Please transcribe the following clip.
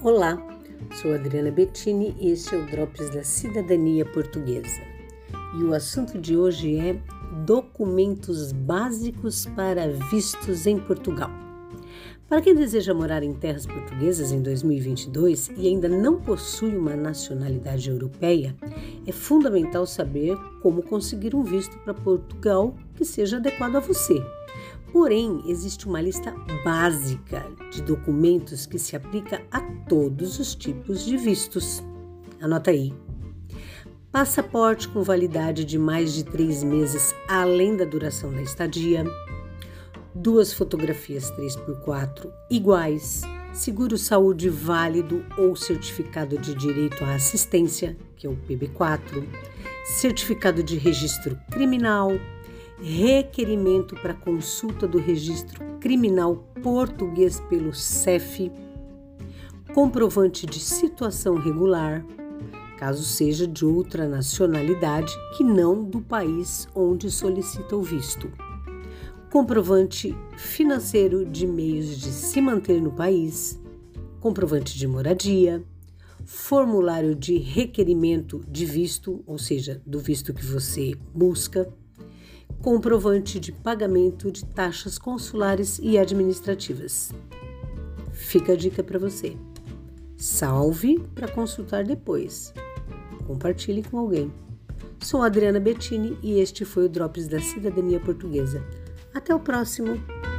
Olá, sou Adriana Bettini e este é o Drops da Cidadania Portuguesa. E o assunto de hoje é documentos básicos para vistos em Portugal. Para quem deseja morar em terras portuguesas em 2022 e ainda não possui uma nacionalidade europeia, é fundamental saber como conseguir um visto para Portugal que seja adequado a você. Porém, existe uma lista básica de documentos que se aplica a todos os tipos de vistos. Anota aí. Passaporte com validade de mais de 3 meses, além da duração da estadia. 2 fotografias 3x4 iguais. Seguro-saúde válido ou certificado de direito à assistência, que é o PB4. Certificado de registro criminal. Requerimento para consulta do registro criminal português pelo CEF, comprovante de situação regular, caso seja de outra nacionalidade que não do país onde solicita o visto, comprovante financeiro de meios de se manter no país, comprovante de moradia, formulário de requerimento de visto, ou seja, do visto que você busca, comprovante de pagamento de taxas consulares e administrativas. Fica a dica para você. Salve para consultar depois. Compartilhe com alguém. Sou Adriana Bettini e este foi o Drops da Cidadania Portuguesa. Até o próximo!